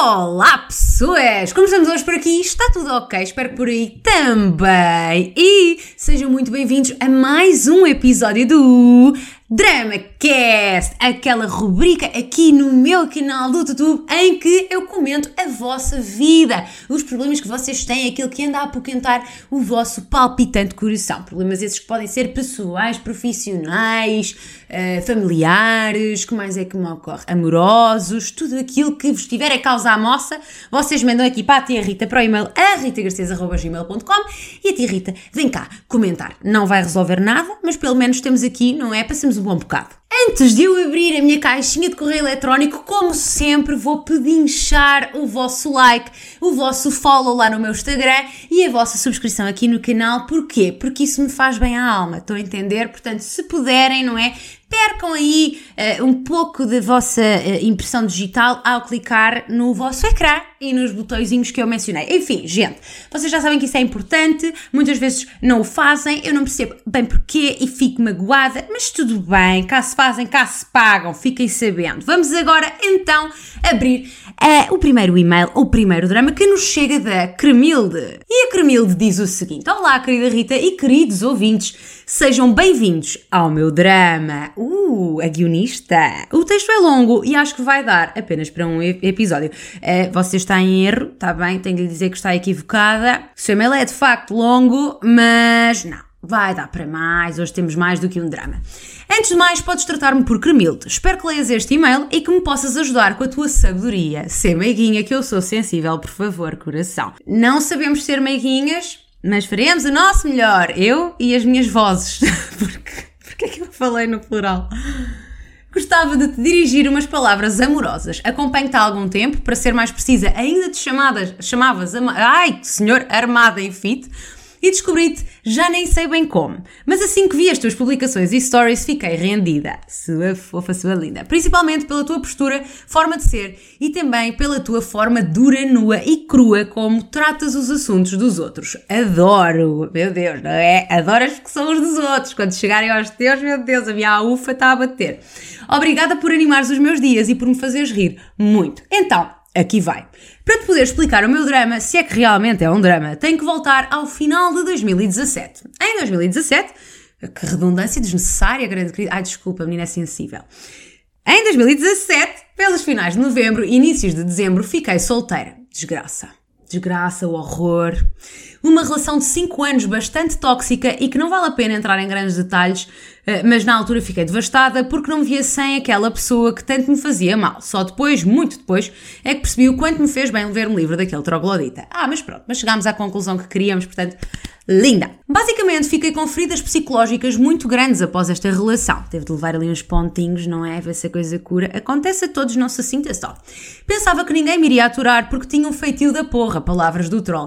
Olá pessoas! Como estamos hoje por aqui? Está tudo ok? Espero que por aí também! E sejam muito bem-vindos a mais um episódio do DramaCast, aquela rubrica aqui no meu canal do YouTube em que eu comento a vossa vida, os problemas que vocês têm, aquilo que anda a apoquentar o vosso palpitante coração. Problemas esses que podem ser pessoais, profissionais, familiares, que mais é que me ocorre? Amorosos, tudo aquilo que vos tiver a causa à moça, vocês mandam aqui para a tia Rita, para o e-mail ritagarcês@gmail.com e a tia Rita vem cá comentar. Não vai resolver nada, mas pelo menos temos aqui, não é? Passamos um bom bocado. Antes de eu abrir a minha caixinha de correio eletrónico, como sempre, vou pedinchar o vosso like, o vosso follow lá no meu Instagram e a vossa subscrição aqui no canal. Porquê? Porque isso me faz bem à alma, estão a entender? Portanto, se puderem, não é? Percam aí um pouco da vossa impressão digital ao clicar no vosso ecrã e nos botõezinhos que eu mencionei. Enfim, gente, vocês já sabem que isso é importante, muitas vezes não o fazem, eu não percebo bem porquê e fico magoada, mas tudo bem, cá se fazem, cá se pagam, fiquem sabendo. Vamos agora então abrir o primeiro e-mail, o primeiro drama que nos chega da Cremilde. E a Cremilde diz o seguinte: olá querida Rita e queridos ouvintes, sejam bem-vindos ao meu drama. A guionista. O texto é longo e acho que vai dar apenas para um episódio. Você está em erro, está bem? Tenho de lhe dizer que está equivocada. O seu e-mail é de facto longo, mas não, vai dar para mais. Hoje temos mais do que um drama. Antes de mais, podes tratar-me por Cremilde. Espero que leias este e-mail e que me possas ajudar com a tua sabedoria. Ser meiguinha, que eu sou sensível, por favor, coração. Não sabemos ser meiguinhas, mas faremos o nosso melhor. Eu e as minhas vozes. Porquê é que eu falei no plural? Gostava de te dirigir umas palavras amorosas. Acompanho-te há algum tempo, para ser mais precisa, ainda te chamavas Armada em Fit, e descobri-te já nem sei bem como. Mas assim que vi as tuas publicações e stories, fiquei rendida. Sua fofa, sua linda. Principalmente pela tua postura, forma de ser e também pela tua forma dura, nua e crua como tratas os assuntos dos outros. Adoro! Meu Deus, não é? Adoro as discussões dos outros. Quando chegarem aos teus, meu Deus, a minha ufa está a bater. Obrigada por animares os meus dias e por me fazeres rir muito. Então, aqui vai. Para te poder explicar o meu drama, se é que realmente é um drama, tenho que voltar ao final de 2017. Em 2017, que redundância desnecessária, grande querida. Ai, desculpa, a menina é sensível. Em 2017, pelos finais de novembro e inícios de dezembro, fiquei solteira. Desgraça, horror. Uma relação de 5 anos bastante tóxica e que não vale a pena entrar em grandes detalhes, mas na altura fiquei devastada porque não me via sem aquela pessoa que tanto me fazia mal. Só depois, muito depois, é que percebi o quanto me fez bem ler um livro daquele troglodita. Mas pronto, mas chegámos à conclusão que queríamos, portanto, linda. Basicamente, fiquei com feridas psicológicas muito grandes após esta relação. Teve de levar ali uns pontinhos, não é? Ver se a coisa cura. Acontece a todos, não se sinta só. Pensava que ninguém me iria aturar porque tinha um feitio da porra, palavras do troll.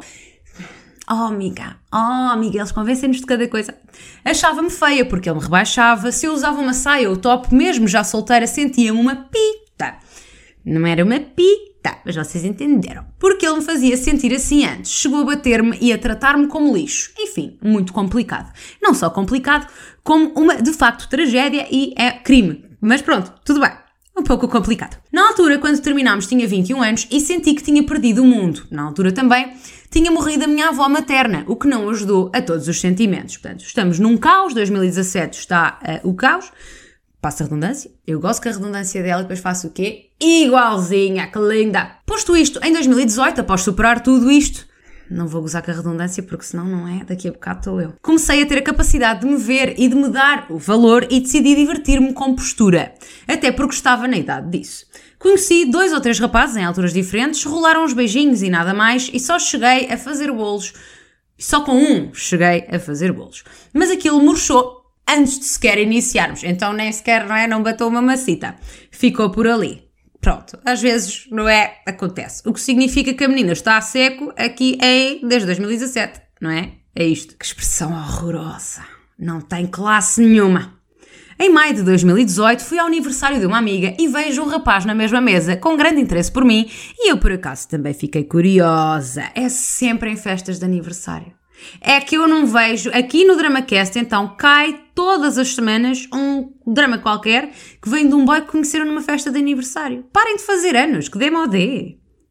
Oh, amiga, eles convencem-nos de cada coisa. Achava-me feia porque ele me rebaixava. Se eu usava uma saia ou top, mesmo já solteira, sentia-me uma pita. Não era uma pita, mas vocês entenderam. Porque ele me fazia sentir assim antes. Chegou a bater-me e a tratar-me como lixo. Enfim, muito complicado. Não só complicado, como uma, de facto, tragédia e é crime. Mas pronto, tudo bem. Um pouco complicado. Na altura, quando terminámos, tinha 21 anos e senti que tinha perdido o mundo. Na altura também tinha morrido a minha avó materna, o que não ajudou a todos os sentimentos. Portanto, estamos num caos, 2017 está o caos. Passa a redundância. Eu gosto que a redundância dela e depois faço o quê? Igualzinha, que linda! Posto isto, em 2018, após superar tudo isto, não vou gozar com a redundância porque senão não é, daqui a bocado estou eu. Comecei a ter a capacidade de me ver e de me dar o valor e decidi divertir-me com postura. Até porque estava na idade disso. Conheci 2 ou 3 rapazes em alturas diferentes, rolaram uns beijinhos e nada mais e só cheguei a fazer bolos. Só com um cheguei a fazer bolos. Mas aquilo murchou antes de sequer iniciarmos. Então nem sequer, não bateu uma macita. Ficou por ali. Pronto, às vezes, não é? Acontece. O que significa que a menina está a seco aqui desde 2017, não é? É isto. Que expressão horrorosa. Não tem classe nenhuma. Em maio de 2018 fui ao aniversário de uma amiga e vejo um rapaz na mesma mesa com grande interesse por mim e eu por acaso também fiquei curiosa. É sempre em festas de aniversário. É que eu não vejo, aqui no DramaCast então cai todas as semanas um drama qualquer que vem de um boy que conheceram numa festa de aniversário. Parem de fazer anos, que dê-me ao dê.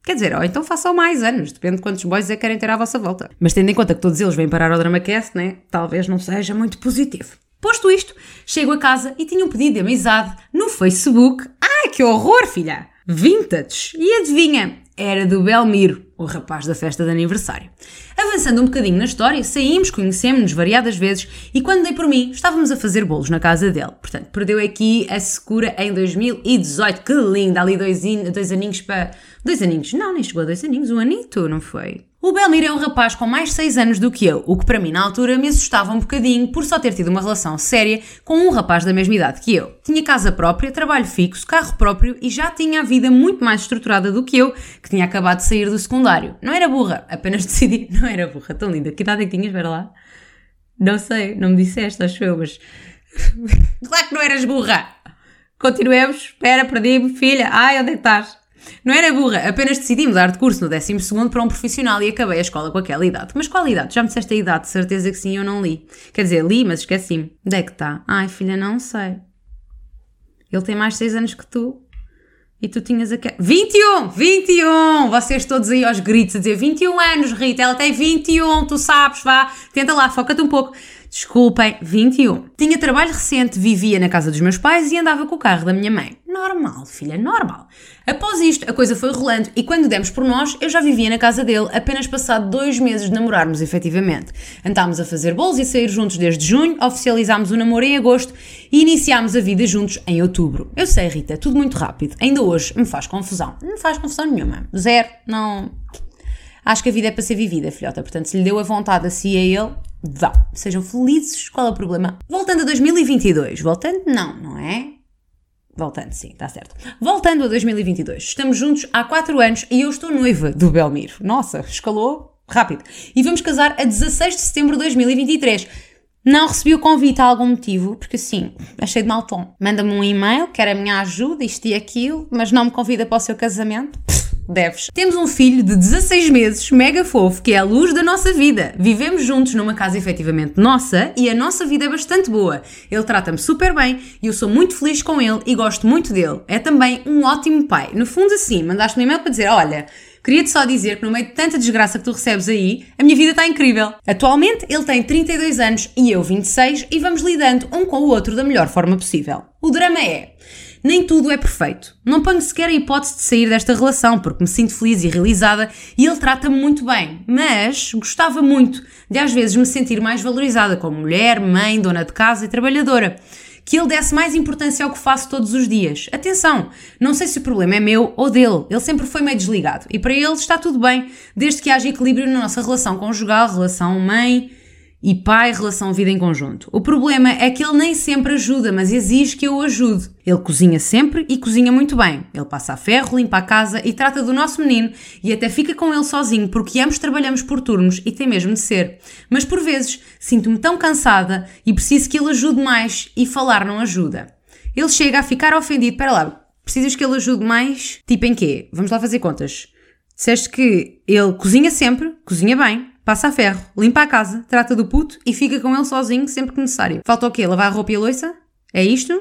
Quer dizer, ou então façam mais anos, depende de quantos boys é que querem ter à vossa volta. Mas tendo em conta que todos eles vêm parar ao DramaCast, né? Talvez não seja muito positivo. Posto isto, chego a casa e tinha um pedido de amizade no Facebook. Ai, que horror, filha! Vintage! E adivinha? Era do Belmiro, o rapaz da festa de aniversário. Avançando um bocadinho na história, saímos, conhecemos-nos variadas vezes e quando dei por mim, estávamos a fazer bolos na casa dele. Portanto, perdeu aqui a secura em 2018. Que linda! Ali dois aninhos para... 2 aninhos? Não, nem chegou a 2 aninhos. Um anito, não foi? O Belmiro é um rapaz com mais 6 anos do que eu, o que para mim na altura me assustava um bocadinho por só ter tido uma relação séria com um rapaz da mesma idade que eu. Tinha casa própria, trabalho fixo, carro próprio e já tinha a vida muito mais estruturada do que eu, que tinha acabado de sair do secundário. Não era burra, apenas decidi... Não era burra, tão linda. Que idade é que tinhas, vera lá? Não sei, não me disseste, acho eu, mas... Claro que não eras burra! Continuemos, espera, perdi-me, filha. Ai, onde é que estás? Não era burra, apenas decidi mudar de curso no 12º para um profissional e acabei a escola com aquela idade. Mas qual idade? Já me disseste a idade, de certeza que sim, eu não li. Quer dizer, li, mas esqueci-me. Onde é que está? Ai, filha, não sei. Ele tem mais 6 anos que tu. E tu tinhas aqui... 21! 21! Vocês todos aí aos gritos a dizer 21 anos, Rita, ela tem 21, tu sabes, vá. Tenta lá, foca-te um pouco. Desculpem, 21. Tinha trabalho recente, vivia na casa dos meus pais e andava com o carro da minha mãe. Normal, filha, normal. Após isto, a coisa foi rolando e quando demos por nós, eu já vivia na casa dele, apenas passado 2 meses de namorarmos efetivamente. Andámos a fazer bolos e sair juntos desde junho, oficializámos o namoro em agosto e iniciámos a vida juntos em outubro. Eu sei, Rita, tudo muito rápido. Ainda hoje me faz confusão. Não me faz confusão nenhuma. Zero, não... Acho que a vida é para ser vivida, filhota. Portanto, se lhe deu a vontade a si e a ele, vá. Sejam felizes, qual é o problema? Voltando a 2022. Voltando? Não é? Voltando, sim, está certo. Voltando a 2022. Estamos juntos há 4 anos e eu estou noiva do Belmiro. Nossa, escalou rápido. E vamos casar a 16 de setembro de 2023. Não recebi o convite a algum motivo, porque assim, achei de mau tom. Manda-me um e-mail, quer a minha ajuda, isto e aquilo, mas não me convida para o seu casamento. Deves. Temos um filho de 16 meses, mega fofo, que é a luz da nossa vida. Vivemos juntos numa casa efetivamente nossa e a nossa vida é bastante boa. Ele trata-me super bem e eu sou muito feliz com ele e gosto muito dele. É também um ótimo pai. No fundo assim, mandaste-me um e-mail para dizer, olha... Queria-te só dizer que no meio de tanta desgraça que tu recebes aí, a minha vida está incrível. Atualmente ele tem 32 anos e eu 26 e vamos lidando um com o outro da melhor forma possível. O drama é... Nem tudo é perfeito. Não ponho sequer a hipótese de sair desta relação porque me sinto feliz e realizada e ele trata-me muito bem. Mas gostava muito de às vezes me sentir mais valorizada como mulher, mãe, dona de casa e trabalhadora. Que ele desse mais importância ao que faço todos os dias. Atenção, não sei se o problema é meu ou dele. Ele sempre foi meio desligado. E para ele está tudo bem, desde que haja equilíbrio na nossa relação conjugal, relação mãe e pai, relação vida em conjunto. O problema é que ele nem sempre ajuda, mas exige que eu o ajude. Ele cozinha sempre e cozinha muito bem. Ele passa a ferro, limpa a casa e trata do nosso menino e até fica com ele sozinho porque ambos trabalhamos por turnos e tem mesmo de ser. Mas por vezes sinto-me tão cansada e preciso que ele ajude mais e falar não ajuda. Ele chega a ficar ofendido. Espera lá, precisas que ele ajude mais? Tipo em quê? Vamos lá fazer contas. Disseste que ele cozinha sempre, cozinha bem, passa a ferro, limpa a casa, trata do puto e fica com ele sozinho sempre que necessário. Falta o quê? Lavar a roupa e a louça? É isto?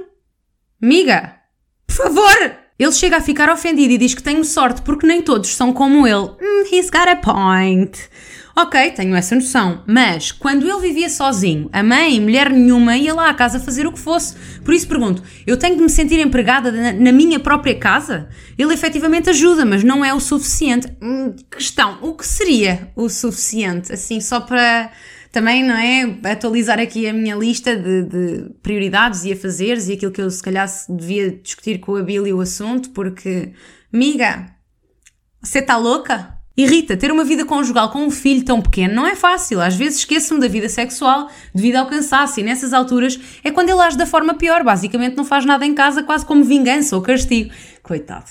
Miga! Por favor! Ele chega a ficar ofendido e diz que tenho sorte porque nem todos são como ele. He's got a point. Ok, tenho essa noção, mas quando ele vivia sozinho, a mãe, mulher nenhuma, ia lá à casa fazer o que fosse. Por isso pergunto, eu tenho de me sentir empregada na minha própria casa? Ele efetivamente ajuda, mas não é o suficiente. Questão, o que seria o suficiente? Assim, só para também, não é, atualizar aqui a minha lista de prioridades e afazeres e aquilo que eu se calhar devia discutir com a Billy o assunto, porque, miga, você está louca? E Rita, ter uma vida conjugal com um filho tão pequeno não é fácil. Às vezes esqueço-me da vida sexual devido ao cansaço e nessas alturas é quando ele age da forma pior. Basicamente não faz nada em casa quase como vingança ou castigo. Coitado.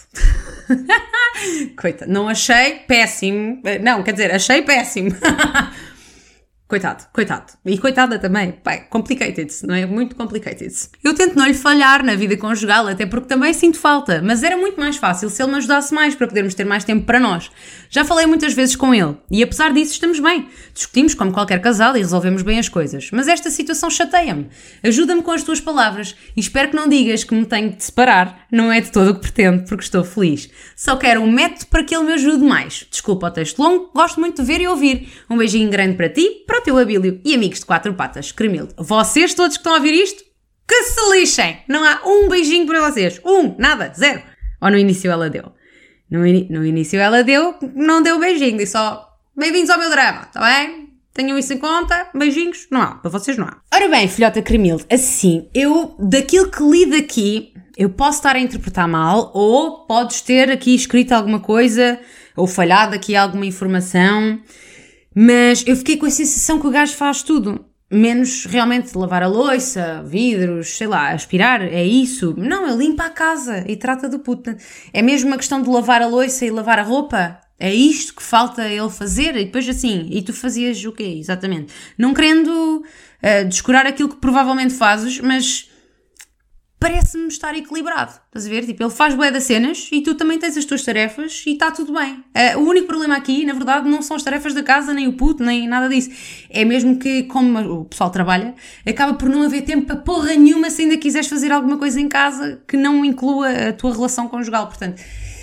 Coitado. Não achei péssimo. Não, quer dizer, achei péssimo. Coitado. E coitada também. Pai, complicated, não é? Muito complicated. Eu tento não lhe falhar na vida conjugal, até porque também sinto falta, mas era muito mais fácil se ele me ajudasse mais para podermos ter mais tempo para nós. Já falei muitas vezes com ele e apesar disso estamos bem. Discutimos como qualquer casal e resolvemos bem as coisas. Mas esta situação chateia-me. Ajuda-me com as tuas palavras e espero que não digas que me tenho de separar. Não é de todo o que pretendo, porque estou feliz. Só quero um método para que ele me ajude mais. Desculpa o texto longo, gosto muito de ver e ouvir. Um beijinho grande para ti, para o teu Abílio e amigos de quatro patas. Cremilde. Vocês todos que estão a ouvir isto, que se lixem! Não há um beijinho para vocês. Nada, zero. Ou no início ela deu. No início ela deu, não deu beijinho. Disse só, bem-vindos ao meu drama, está bem? Tenham isso em conta, beijinhos, não há, para vocês não há. Ora bem, filhota Cremilde, assim, daquilo que li daqui, eu posso estar a interpretar mal, ou podes ter aqui escrito alguma coisa, ou falhado aqui alguma informação, mas eu fiquei com a sensação que o gajo faz tudo, menos realmente lavar a louça, vidros, sei lá, aspirar, é isso. Não, ele limpa a casa e trata do puto. É mesmo uma questão de lavar a louça e lavar a roupa? É isto que falta ele fazer? E depois assim, e tu fazias o quê? Exatamente. Não querendo descurar aquilo que provavelmente fazes, mas parece-me estar equilibrado. Estás a ver? Tipo, ele faz bué das cenas e tu também tens as tuas tarefas e está tudo bem. O único problema aqui, na verdade, não são as tarefas da casa, nem o puto, nem nada disso. É mesmo que, como o pessoal trabalha, acaba por não haver tempo para porra nenhuma se ainda quiseres fazer alguma coisa em casa que não inclua a tua relação conjugal. Portanto,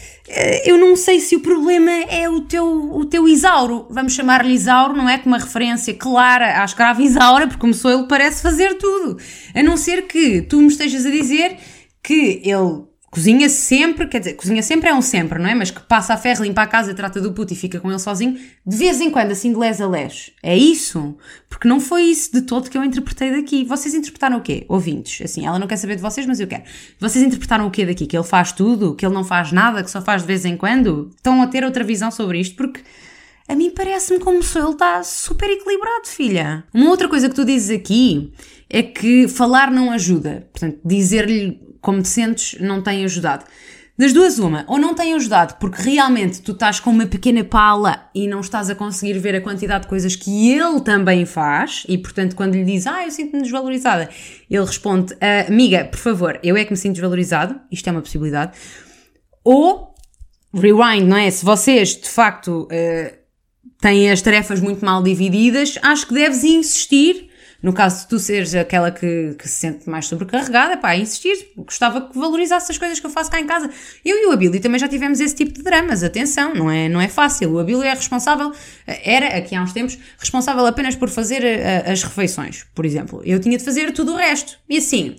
eu não sei se o problema é o teu Isauro. Vamos chamar-lhe Isauro, não é? Com uma referência clara à escrava Isaura, porque começou ele parece fazer tudo. A não ser que tu me estejas a dizer que ele cozinha sempre, quer dizer, cozinha sempre é um sempre, não é? Mas que passa a ferro, limpa a casa, trata do puto e fica com ele sozinho, de vez em quando, assim de les a les. É isso? Porque não foi isso de todo que eu interpretei daqui. Vocês interpretaram o quê? Ouvintes. Assim, ela não quer saber de vocês, mas eu quero. Vocês interpretaram o quê daqui? Que ele faz tudo? Que ele não faz nada? Que só faz de vez em quando? Estão a ter outra visão sobre isto? Porque a mim parece-me como se ele está super equilibrado, filha. Uma outra coisa que tu dizes aqui é que falar não ajuda. Portanto, dizer-lhe como te sentes não tem ajudado. Das duas uma, ou não tem ajudado porque realmente tu estás com uma pequena pala e não estás a conseguir ver a quantidade de coisas que ele também faz e portanto quando lhe diz, eu sinto-me desvalorizada, ele responde, amiga, por favor, eu é que me sinto desvalorizado, isto é uma possibilidade, ou rewind, não é? Se vocês de facto têm as tarefas muito mal divididas, acho que deves insistir. No caso de tu seres aquela que se sente mais sobrecarregada, insistir, gostava que valorizasse as coisas que eu faço cá em casa. Eu e o Abílio também já tivemos esse tipo de dramas, atenção, não é fácil. O Abílio é responsável, era aqui há uns tempos, responsável apenas por fazer as refeições, por exemplo. Eu tinha de fazer tudo o resto. E assim,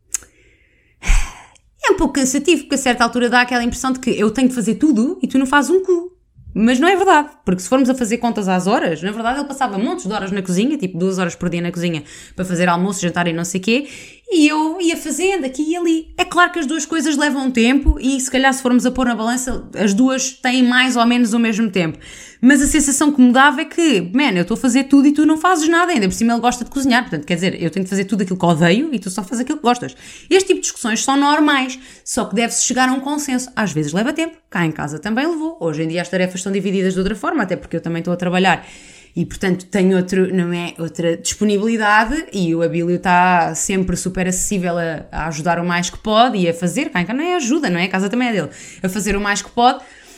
é um pouco cansativo, porque a certa altura dá aquela impressão de que eu tenho de fazer tudo e tu não fazes um cu. Mas não é verdade, porque se formos a fazer contas às horas, na verdade ele passava montes de horas na cozinha, tipo 2 horas por dia na cozinha para fazer almoço, jantar e não sei o quê, e eu ia fazendo aqui e ali. É claro que as duas coisas levam tempo e se calhar se formos a pôr na balança, as duas têm mais ou menos o mesmo tempo. Mas a sensação que me dava é que, eu estou a fazer tudo e tu não fazes nada, ainda por cima ele gosta de cozinhar, portanto, quer dizer, eu tenho de fazer tudo aquilo que odeio e tu só fazes aquilo que gostas. Este tipo de discussões são normais, só que deve-se chegar a um consenso. Às vezes leva tempo, cá em casa também levou. Hoje em dia as tarefas estão divididas de outra forma, até porque eu também estou a trabalhar e, portanto, tenho outra disponibilidade e o Abílio está sempre super acessível a ajudar o mais que pode e a fazer, cá em casa não é ajuda, não é? A casa também é dele, a fazer o mais que pode.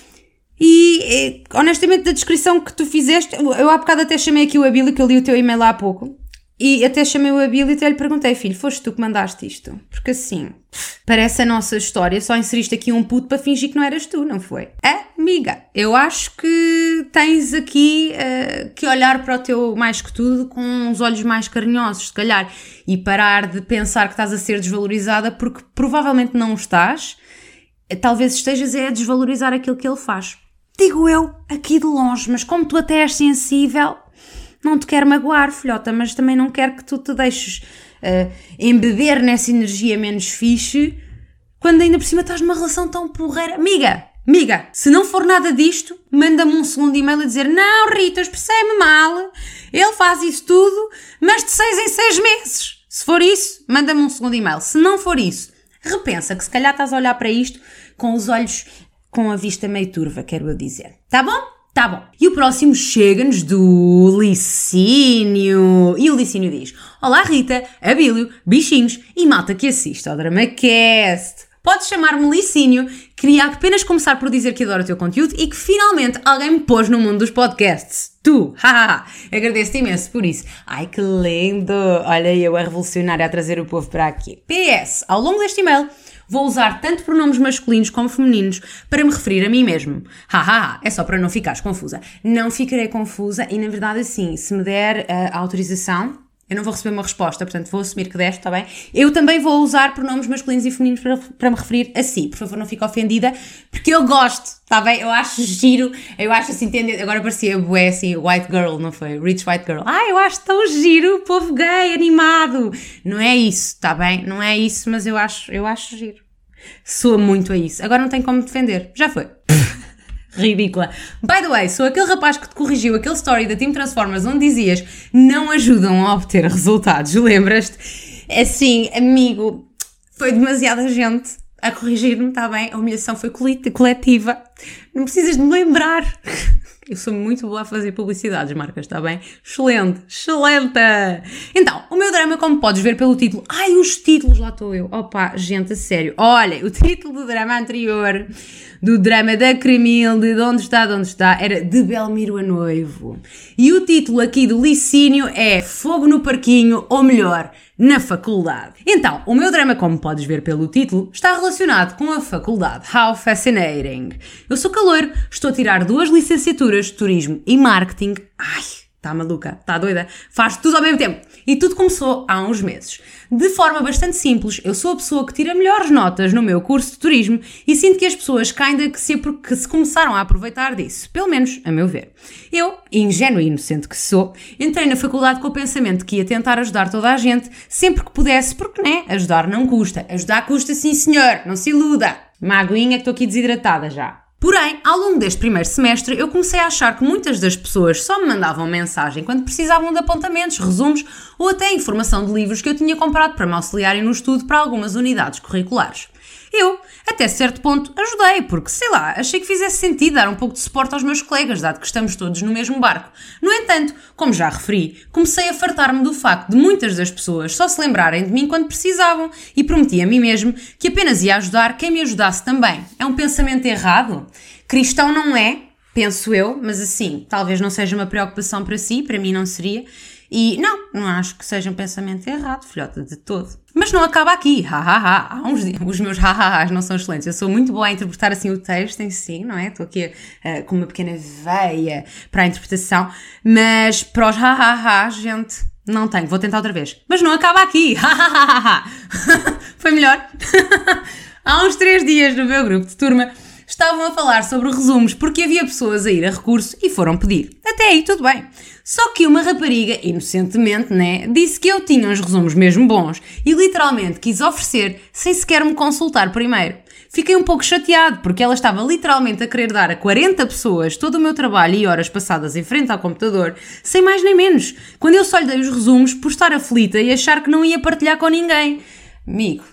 E honestamente, da descrição que tu fizeste, eu há bocado até chamei aqui o Abílio, que eu li o teu e-mail há pouco, e até chamei o Abílio e até lhe perguntei, filho, foste tu que mandaste isto? Porque assim, parece a nossa história, só inseriste aqui um puto para fingir que não eras tu, não foi? Amiga, eu acho que tens aqui que olhar para o teu mais que tudo com uns olhos mais carinhosos, se calhar, e parar de pensar que estás a ser desvalorizada porque provavelmente não estás, talvez estejas a desvalorizar aquilo que ele faz. Digo eu, aqui de longe, mas como tu até és sensível, não te quero magoar, filhota, mas também não quero que tu te deixes embeber nessa energia menos fixe, quando ainda por cima estás numa relação tão porreira. Amiga, se não for nada disto, manda-me um segundo e-mail a dizer, não Rita, expressei-me mal, ele faz isso tudo, mas de 6 em 6 meses. Se for isso, manda-me um segundo e-mail. Se não for isso, repensa que se calhar estás a olhar para isto com os olhos com a vista meio turva, quero eu dizer. Tá bom? Tá bom. E o próximo chega-nos do Licínio. E o Licínio diz: Olá Rita, Abílio, bichinhos e malta que assiste ao DramaCast. Podes chamar-me Licínio. Queria apenas começar por dizer que adoro o teu conteúdo e que finalmente alguém me pôs no mundo dos podcasts. Tu, haha, agradeço-te imenso por isso. Ai que lindo, olha eu a revolucionária a trazer o povo para aqui. PS, ao longo deste e-mail vou usar tanto pronomes masculinos como femininos para me referir a mim mesmo. Haha, é só para não ficares confusa. Não ficarei confusa e na verdade assim, se me der a autorização, eu não vou receber uma resposta, portanto vou assumir que deste, está bem? Eu também vou usar pronomes masculinos e femininos para me referir a si. Por favor, não fique ofendida, porque eu gosto, está bem? Eu acho giro, eu acho assim, agora parecia bué assim, white girl, não foi? Rich white girl. Eu acho tão giro, povo gay, animado. Não é isso, está bem? Não é isso, mas eu acho giro. Soa muito a isso. Agora não tenho como me defender. Já foi. Ridícula. By the way, sou aquele rapaz que te corrigiu aquele story da Team Transformers onde dizias não ajudam a obter resultados, lembras-te? Assim, amigo, foi demasiada gente a corrigir-me, está bem? A humilhação foi coletiva. Não precisas de me lembrar. Eu sou muito boa a fazer publicidades, marcas, está bem? Excelente, excelente! Então, o meu drama, como podes ver pelo título... os títulos, lá estou eu. Opa, gente, a sério. Olha, o título do drama anterior, do drama da Cremilde, de onde está, era De Belmiro a Noivo. E o título aqui do Licínio é Fogo no Parquinho, ou melhor, na faculdade. Então, o meu drama, como podes ver pelo título, está relacionado com a faculdade. How fascinating! Eu sou caloiro, estou a tirar 2 licenciaturas de Turismo e Marketing. Está maluca, está doida? Faz tudo ao mesmo tempo. E tudo começou há uns meses. De forma bastante simples, eu sou a pessoa que tira melhores notas no meu curso de Turismo e sinto que as pessoas que se começaram a aproveitar disso. Pelo menos, a meu ver. Eu, ingênua e inocente que sou, entrei na faculdade com o pensamento que ia tentar ajudar toda a gente sempre que pudesse, porque, ajudar não custa. Ajudar custa sim, senhor. Não se iluda. Uma aguinha que estou aqui desidratada já. Porém, ao longo deste primeiro semestre, eu comecei a achar que muitas das pessoas só me mandavam mensagem quando precisavam de apontamentos, resumos ou até informação de livros que eu tinha comprado para me auxiliarem no estudo para algumas unidades curriculares. Eu, até certo ponto, ajudei, porque, achei que fizesse sentido dar um pouco de suporte aos meus colegas, dado que estamos todos no mesmo barco. No entanto, como já referi, comecei a fartar-me do facto de muitas das pessoas só se lembrarem de mim quando precisavam e prometi a mim mesmo que apenas ia ajudar quem me ajudasse também. É um pensamento errado? Cristão não é, penso eu, mas assim, talvez não seja uma preocupação para si, para mim não seria. E não acho que seja um pensamento errado, filhota, de todo. Mas não acaba aqui, Há uns dias, os meus não são excelentes. Eu sou muito boa a interpretar assim o texto em si, não é? Estou aqui com uma pequena veia para a interpretação, mas para os gente, não tenho. Vou tentar outra vez. Mas não acaba aqui, Foi melhor? Há uns 3 dias no meu grupo de turma estavam a falar sobre resumos porque havia pessoas a ir a recurso e foram pedir. Até aí tudo bem. Só que uma rapariga, inocentemente, disse que eu tinha uns resumos mesmo bons e literalmente quis oferecer sem sequer me consultar primeiro. Fiquei um pouco chateado porque ela estava literalmente a querer dar a 40 pessoas todo o meu trabalho e horas passadas em frente ao computador, sem mais nem menos, quando eu só lhe dei os resumos por estar aflita e achar que não ia partilhar com ninguém. Amigo,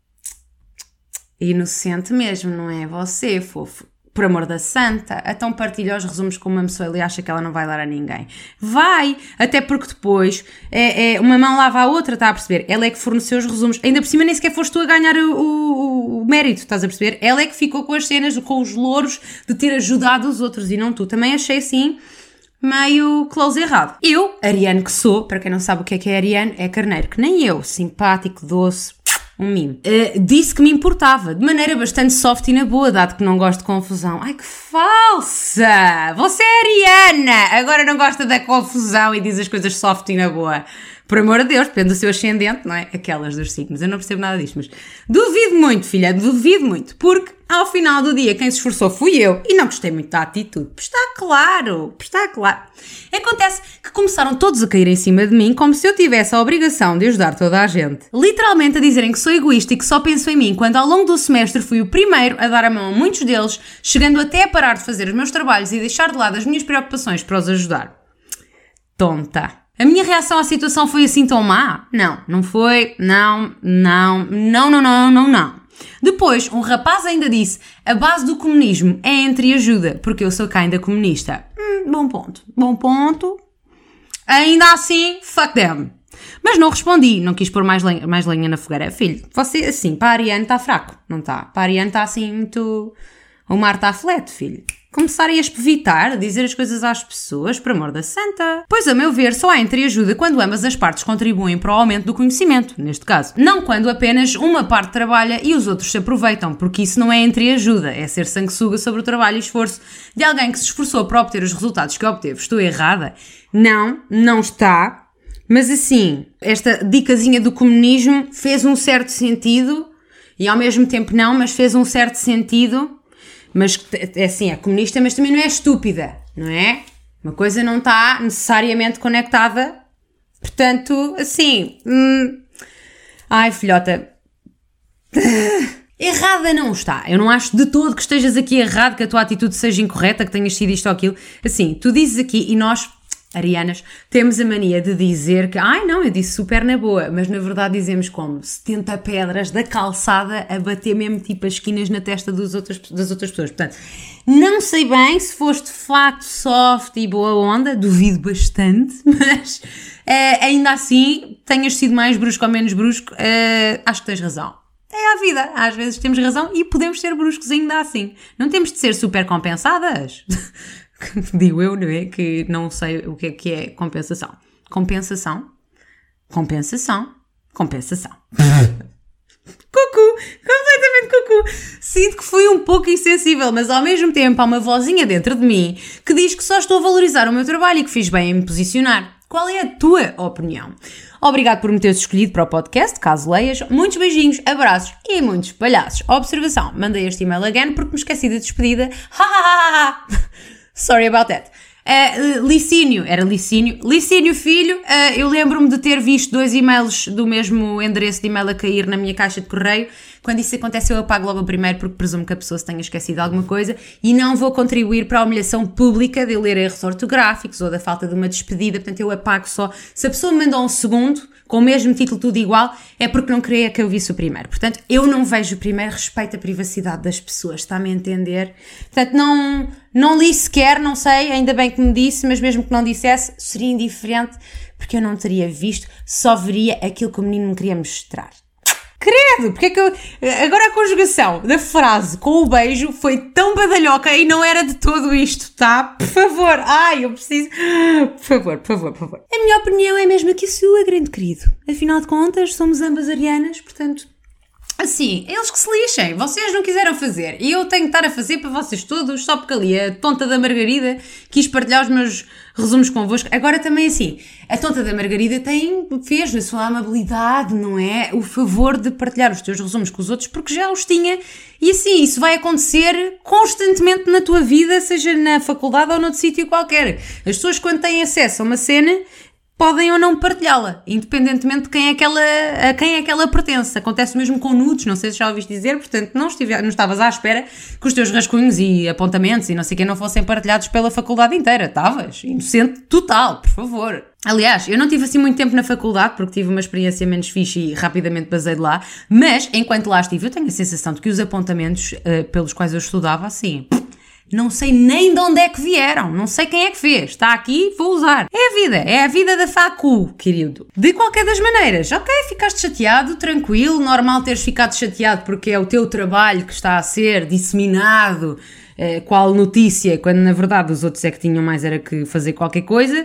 inocente mesmo, não é? Você, fofo. Por amor da santa, então partilha os resumos com uma pessoa e acha que ela não vai dar a ninguém. Vai! Até porque depois uma mão lava a outra, está a perceber? Ela é que forneceu os resumos. Ainda por cima nem sequer foste tu a ganhar o mérito, estás a perceber? Ela é que ficou com as cenas, com os louros de ter ajudado os outros e não tu. Também achei assim meio close errado. Eu, Ariane que sou, para quem não sabe o que é Ariane, é carneiro, que nem eu, simpático, doce, um mimo. Disse que me importava, de maneira bastante soft e na boa, dado que não gosto de confusão. Ai, que falsa! Você é Ariana! Agora não gosta da confusão e diz as coisas soft e na boa. Por amor de Deus, depende do seu ascendente, não é? Aquelas dos signos. Eu não percebo nada disto, mas duvido muito, filha, duvido muito. Porque, ao final do dia, quem se esforçou fui eu. E não gostei muito da atitude. Está claro. Acontece que começaram todos a cair em cima de mim como se eu tivesse a obrigação de ajudar toda a gente. Literalmente a dizerem que sou egoísta e que só penso em mim, quando ao longo do semestre fui o primeiro a dar a mão a muitos deles, chegando até a parar de fazer os meus trabalhos e deixar de lado as minhas preocupações para os ajudar. Tonta. A minha reação à situação foi assim tão má? Não foi. Não. Depois, um rapaz ainda disse, a base do comunismo é entreajuda, porque eu sou ainda comunista. Bom ponto. Ainda assim, fuck them. Mas não respondi, não quis pôr mais lenha na fogueira. Filho, você, assim, para a Ariane está fraco, não está? Para a Ariane está assim muito... O mar está flat, filho. Começarem a evitar dizer as coisas às pessoas, por amor da santa. Pois, a meu ver, só há entreajuda quando ambas as partes contribuem para o aumento do conhecimento, neste caso. Não quando apenas uma parte trabalha e os outros se aproveitam, porque isso não é entreajuda, é ser sanguessuga sobre o trabalho e esforço de alguém que se esforçou para obter os resultados que obteve. Estou errada? Não está. Mas assim, esta dicasinha do comunismo fez um certo sentido, e ao mesmo tempo não, mas fez um certo sentido. Mas, assim, é comunista, mas também não é estúpida, não é? Uma coisa não está necessariamente conectada. Portanto, assim... Ai, filhota... Errada não está. Eu não acho de todo que estejas aqui errado, que a tua atitude seja incorreta, que tenhas sido isto ou aquilo. Assim, tu dizes aqui e nós... Arianas, temos a mania de dizer que, não, eu disse super na boa, mas na verdade dizemos como 70 pedras da calçada a bater mesmo tipo as esquinas na testa das outras pessoas. Portanto, não sei bem se foste de facto soft e boa onda, duvido bastante, mas ainda assim, tenhas sido mais brusco ou menos brusco, acho que tens razão. É a vida, às vezes temos razão e podemos ser bruscos ainda assim. Não temos de ser super compensadas. Digo eu, não é? Que não sei o que é compensação. Compensação. Cucu, completamente cucu. Sinto que fui um pouco insensível, mas ao mesmo tempo há uma vozinha dentro de mim que diz que só estou a valorizar o meu trabalho e que fiz bem em me posicionar. Qual é a tua opinião? Obrigado por me teres escolhido para o podcast, caso leias. Muitos beijinhos, abraços e muitos palhaços. Observação, mandei este e-mail again porque me esqueci da despedida. Sorry about that. Licínio filho, eu lembro-me de ter visto 2 e-mails do mesmo endereço de e-mail a cair na minha caixa de correio. Quando isso acontece eu apago logo o primeiro porque presumo que a pessoa se tenha esquecido de alguma coisa e não vou contribuir para a humilhação pública de eu ler erros ortográficos ou da falta de uma despedida, portanto eu apago só. Se a pessoa me mandou um segundo, com o mesmo título tudo igual, é porque não queria que eu visse o primeiro. Portanto, eu não vejo o primeiro, respeito a privacidade das pessoas, está-me a entender? Portanto, não li sequer, não sei, ainda bem que me disse, mas mesmo que não dissesse, seria indiferente, porque eu não teria visto, só veria aquilo que o menino me queria mostrar. Credo, porque é que eu... Agora a conjugação da frase com o beijo foi tão badalhoca e não era de todo isto, tá? Por favor, eu preciso... Por favor. A minha opinião é mesmo que a sua, grande querido. Afinal de contas, somos ambas arianas, portanto... Assim, eles que se lixem, vocês não quiseram fazer e eu tenho que estar a fazer para vocês todos, só porque ali a tonta da Margarida quis partilhar os meus resumos convosco. Agora também assim, a tonta da Margarida fez na sua amabilidade, não é? O favor de partilhar os teus resumos com os outros porque já os tinha e assim, isso vai acontecer constantemente na tua vida, seja na faculdade ou noutro sítio qualquer. As pessoas quando têm acesso a uma cena... podem ou não partilhá-la, independentemente de a quem é que ela pertence. Acontece mesmo com nudes, não sei se já ouviste dizer, portanto não estavas à espera que os teus rascunhos e apontamentos e não sei o que não fossem partilhados pela faculdade inteira. Estavas inocente total, por favor. Aliás, eu não tive assim muito tempo na faculdade, porque tive uma experiência menos fixe e rapidamente basei de lá, mas enquanto lá estive eu tenho a sensação de que os apontamentos pelos quais eu estudava, assim... Não sei nem de onde é que vieram, não sei quem é que fez, está aqui, vou usar. É a vida da facu, querido. De qualquer das maneiras, ok, ficaste chateado, tranquilo, normal teres ficado chateado porque é o teu trabalho que está a ser disseminado, qual notícia, quando na verdade os outros é que tinham mais era que fazer qualquer coisa.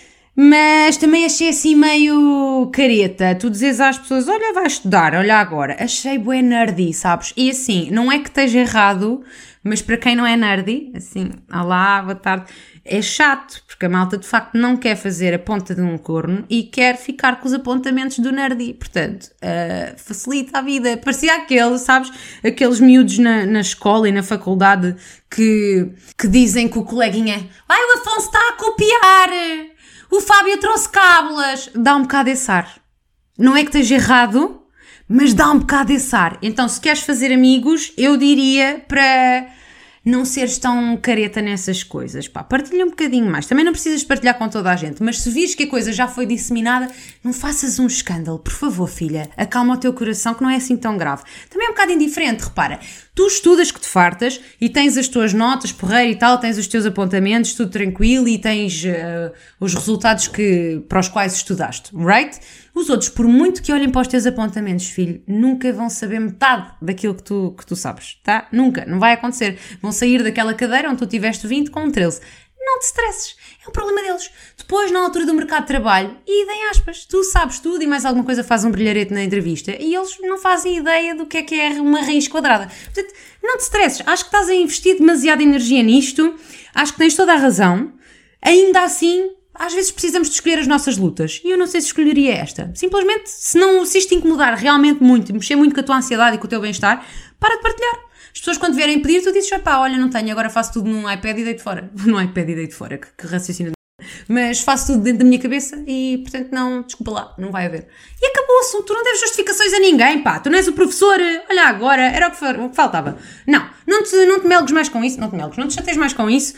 Mas também achei assim meio careta, tu dizes às pessoas, olha, vai estudar, olha agora. Achei bué nerdy, sabes? E assim, não é que esteja errado, mas para quem não é nerdy, assim, olá, boa tarde, é chato, porque a malta de facto não quer fazer a ponta de um corno e quer ficar com os apontamentos do nerdy. Portanto, facilita a vida. Parecia aqueles miúdos na escola e na faculdade que dizem que o coleguinha, o Afonso está a copiar... O Fábio trouxe cábulas. Dá um bocado esse ar. Não é que esteja errado, mas dá um bocado esse ar. Então, se queres fazer amigos, eu diria para não seres tão careta nessas coisas, pá, partilha um bocadinho mais. Também não precisas partilhar com toda a gente, mas se vires que a coisa já foi disseminada, não faças um escândalo, por favor, filha, acalma o teu coração que não é assim tão grave. Também é um bocado indiferente, repara, tu estudas que te fartas e tens as tuas notas, porreiro e tal, tens os teus apontamentos, tudo tranquilo e tens os resultados para os quais estudaste, right? Os outros, por muito que olhem para os teus apontamentos, filho, nunca vão saber metade daquilo que tu sabes, tá? Nunca, não vai acontecer. Vão sair daquela cadeira onde tu tiveste 20 com um 13. Não te stresses, é um problema deles. Depois, na altura do mercado de trabalho, e em aspas, tu sabes tudo e mais alguma coisa faz um brilharete na entrevista e eles não fazem ideia do que é uma raiz quadrada. Portanto, não te stresses, acho que estás a investir demasiada energia nisto, acho que tens toda a razão, ainda assim, às vezes precisamos de escolher as nossas lutas e eu não sei se escolheria esta. Simplesmente, se isto te incomodar realmente muito, mexer muito com a tua ansiedade e com o teu bem-estar, para de partilhar. As pessoas quando vierem pedir, tu dizes, pá, olha, não tenho, agora faço tudo num iPad e deito fora. No iPad e deito fora, que raciocínio. Mas faço tudo dentro da minha cabeça e, portanto, não, desculpa lá, não vai haver. E acabou o assunto, tu não deves justificações a ninguém, pá, tu não és o professor, olha agora, era o que faltava. Não te melgues mais com isso, não te chateies mais com isso,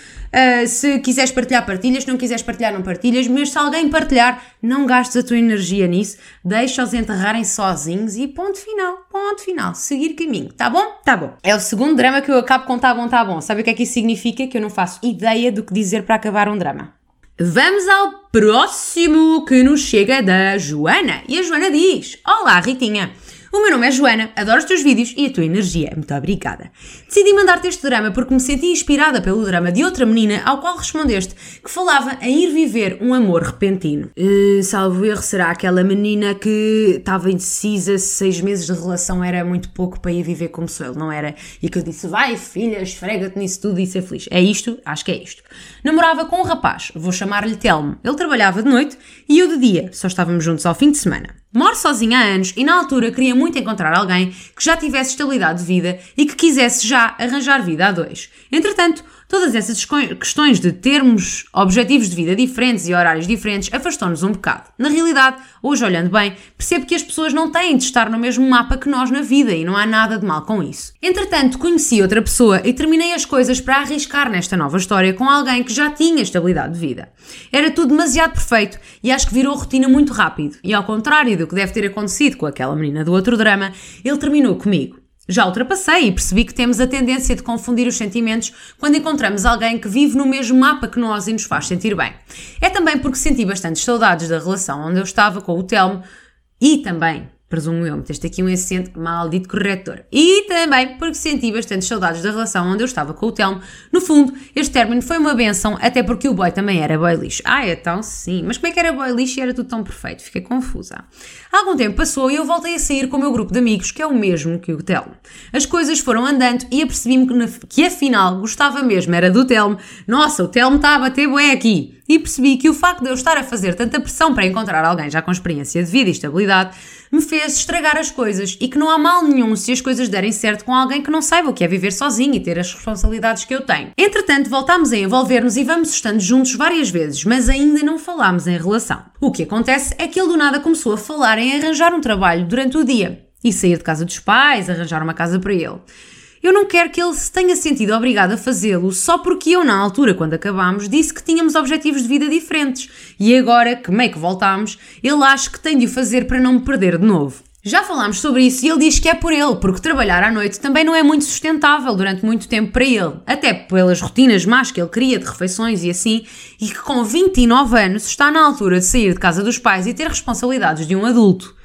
se quiseres partilhar, partilhas, se não quiseres partilhar, não partilhas, mas se alguém partilhar, não gastes a tua energia nisso, deixa-os enterrarem sozinhos e ponto final, seguir caminho, tá bom? Tá bom. É o segundo drama que eu acabo com tá bom, sabe o que é que isso significa? Que eu não faço ideia do que dizer para acabar um drama. Vamos ao próximo que nos chega da Joana. E a Joana diz: Olá, Ritinha. O meu nome é Joana, adoro os teus vídeos e a tua energia. Muito obrigada. Decidi mandar-te este drama porque me senti inspirada pelo drama de outra menina ao qual respondeste, que falava em ir viver um amor repentino. Salvo erro, será aquela menina que estava indecisa se 6 meses de relação era muito pouco para ir viver como sou ele, não era? E que eu disse, vai filha, esfrega-te nisso tudo e ser feliz. É isto? Acho que é isto. Namorava com um rapaz, vou chamar-lhe Telmo. Ele trabalhava de noite e eu de dia, só estávamos juntos ao fim de semana. Moro sozinha há anos e na altura queria muito encontrar alguém que já tivesse estabilidade de vida e que quisesse já arranjar vida a dois. Entretanto, todas essas questões de termos objetivos de vida diferentes e horários diferentes afastou-nos um bocado. Na realidade, hoje olhando bem, percebo que as pessoas não têm de estar no mesmo mapa que nós na vida e não há nada de mal com isso. Entretanto, conheci outra pessoa e terminei as coisas para arriscar nesta nova história com alguém que já tinha estabilidade de vida. Era tudo demasiado perfeito e acho que virou rotina muito rápido e ao contrário do que deve ter acontecido com aquela menina do outro drama, ele terminou comigo. Já ultrapassei e percebi que temos a tendência de confundir os sentimentos quando encontramos alguém que vive no mesmo mapa que nós e nos faz sentir bem. É também porque senti bastantes saudades da relação onde eu estava com o Telmo e também, presumo eu, meteste aqui um acento maldito corretor. E também porque senti bastantes saudades da relação onde eu estava com o Telmo. No fundo, este término foi uma benção, até porque o boy também era boy lixo. Então sim, mas como é que era boy lixo e era tudo tão perfeito? Fiquei confusa. Algum tempo passou e eu voltei a sair com o meu grupo de amigos, que é o mesmo que o Telmo. As coisas foram andando e apercebi-me que afinal gostava mesmo, era do Telmo. Nossa, o Telmo está a bater bué aqui. E percebi que o facto de eu estar a fazer tanta pressão para encontrar alguém já com experiência de vida e estabilidade me fez estragar as coisas e que não há mal nenhum se as coisas derem certo com alguém que não saiba o que é viver sozinho e ter as responsabilidades que eu tenho. Entretanto, voltámos a envolver-nos e vamos estando juntos várias vezes, mas ainda não falámos em relação. O que acontece é que ele do nada começou a falar em arranjar um trabalho durante o dia e sair de casa dos pais, arranjar uma casa para ele. Eu não quero que ele se tenha sentido obrigado a fazê-lo só porque eu, na altura, quando acabámos, disse que tínhamos objetivos de vida diferentes. E agora, que meio que voltámos, ele acha que tem de o fazer para não me perder de novo. Já falámos sobre isso e ele diz que é por ele, porque trabalhar à noite também não é muito sustentável durante muito tempo para ele. Até pelas rotinas más que ele cria de refeições e assim, e que com 29 anos está na altura de sair de casa dos pais e ter responsabilidades de um adulto.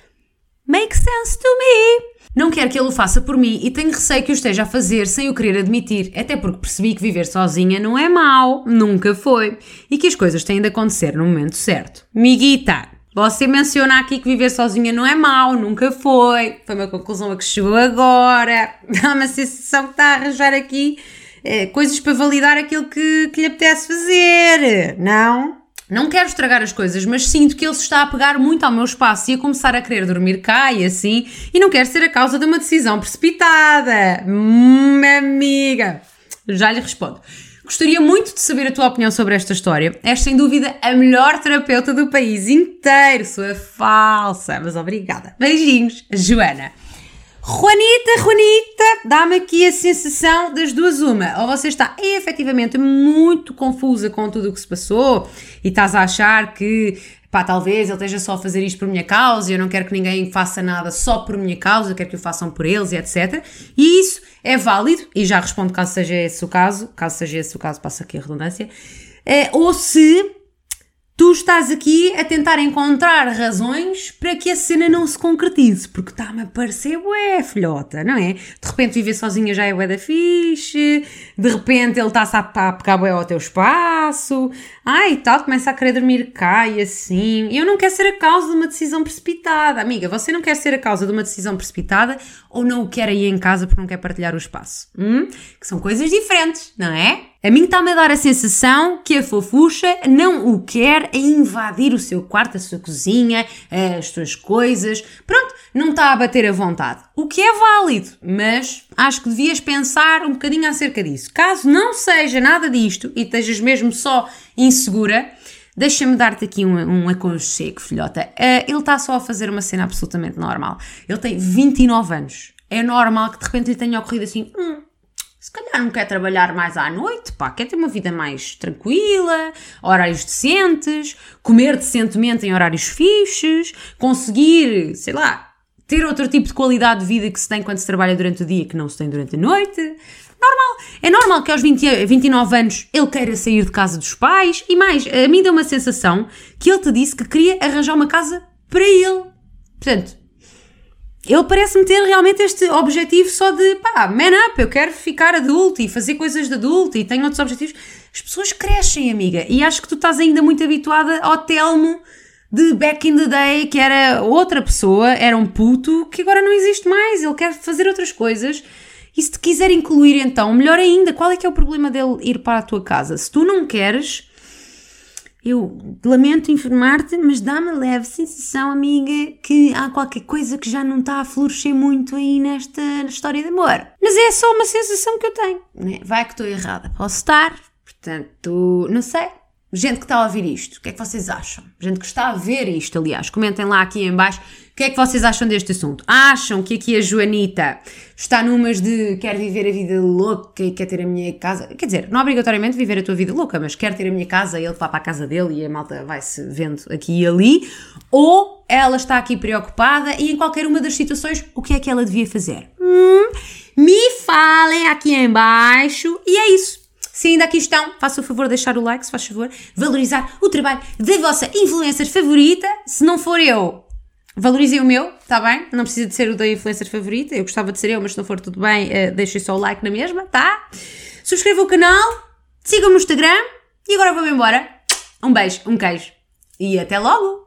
Makes sense to me! Não quero que ele o faça por mim e tenho receio que o esteja a fazer sem o querer admitir, até porque percebi que viver sozinha não é mau, nunca foi, e que as coisas têm de acontecer no momento certo. Miguita, você menciona aqui que viver sozinha não é mau, nunca foi uma conclusão a que chegou agora, dá uma sensação que está a arranjar aqui coisas para validar aquilo que lhe apetece fazer, não? Não quero estragar as coisas, mas sinto que ele se está a pegar muito ao meu espaço e a começar a querer dormir cá e assim, e não quero ser a causa de uma decisão precipitada. Amiga, já lhe respondo. Gostaria muito de saber a tua opinião sobre esta história. És sem dúvida a melhor terapeuta do país inteiro. Sua falsa, mas obrigada. Beijinhos, Joana. Juanita, dá-me aqui a sensação das duas uma. Ou você está efetivamente muito confusa com tudo o que se passou e estás a achar que, pá, talvez ele esteja só a fazer isto por minha causa e eu não quero que ninguém faça nada só por minha causa, eu quero que o façam por eles e etc. E isso é válido, e já respondo caso seja esse o caso, passo aqui a redundância, ou se tu estás aqui a tentar encontrar razões para que a cena não se concretize, porque está-me a parecer bué, filhota, não é? De repente viver sozinha já é bué da fixe, de repente ele está-se a pegar bué ao teu espaço, e tal, começa a querer dormir cá e assim. Eu não quero ser a causa de uma decisão precipitada. Amiga, você não quer ser a causa de uma decisão precipitada ou não o quer aí em casa porque não quer partilhar o espaço? Que são coisas diferentes, não é? A mim está-me a dar a sensação que a fofucha não o quer a invadir o seu quarto, a sua cozinha, as suas coisas. Pronto, não está a bater à vontade. O que é válido, mas acho que devias pensar um bocadinho acerca disso. Caso não seja nada disto e estejas mesmo só insegura, deixa-me dar-te aqui um aconchego, filhota. Ele está só a fazer uma cena absolutamente normal. Ele tem 29 anos. É normal que de repente lhe tenha ocorrido assim... Se calhar não quer trabalhar mais à noite, pá, quer ter uma vida mais tranquila, horários decentes, comer decentemente em horários fixes, conseguir, sei lá, ter outro tipo de qualidade de vida que se tem quando se trabalha durante o dia que não se tem durante a noite. Normal. É normal que aos 29 anos ele queira sair de casa dos pais e mais, a mim deu uma sensação que ele te disse que queria arranjar uma casa para ele. Portanto, ele parece-me ter realmente este objetivo só de, man up, eu quero ficar adulto e fazer coisas de adulto e tenho outros objetivos. As pessoas crescem, amiga, e acho que tu estás ainda muito habituada ao Telmo de back in the day, que era outra pessoa, era um puto, que agora não existe mais, ele quer fazer outras coisas. E se te quiser incluir então, melhor ainda, qual é que é o problema dele ir para a tua casa? Se tu não queres... Eu lamento informar-te, mas dá-me a leve sensação, amiga, que há qualquer coisa que já não está a florescer muito aí nesta história de amor. Mas é só uma sensação que eu tenho, né? Vai que estou errada, posso estar, portanto, não sei. Gente que está a ouvir isto, o que é que vocês acham? Gente que está a ver isto, aliás, comentem lá aqui em baixo o que é que vocês acham deste assunto. Acham que aqui a Joanita está numas de quer viver a vida louca e quer ter a minha casa? Quer dizer, não obrigatoriamente viver a tua vida louca, mas quer ter a minha casa, ele vai para a casa dele e a malta vai-se vendo aqui e ali. Ou ela está aqui preocupada e em qualquer uma das situações, o que é que ela devia fazer? Me falem aqui em baixo e é isso. Se ainda aqui estão, faça o favor de deixar o like, se faz favor, valorizar o trabalho da vossa influencer favorita. Se não for eu, valorizem o meu, está bem? Não precisa de ser o da influencer favorita, eu gostava de ser eu, mas se não for tudo bem, deixem só o like na mesma, tá? Subscrevam o canal, sigam-me no Instagram e agora vou-me embora. Um beijo, um queijo e até logo!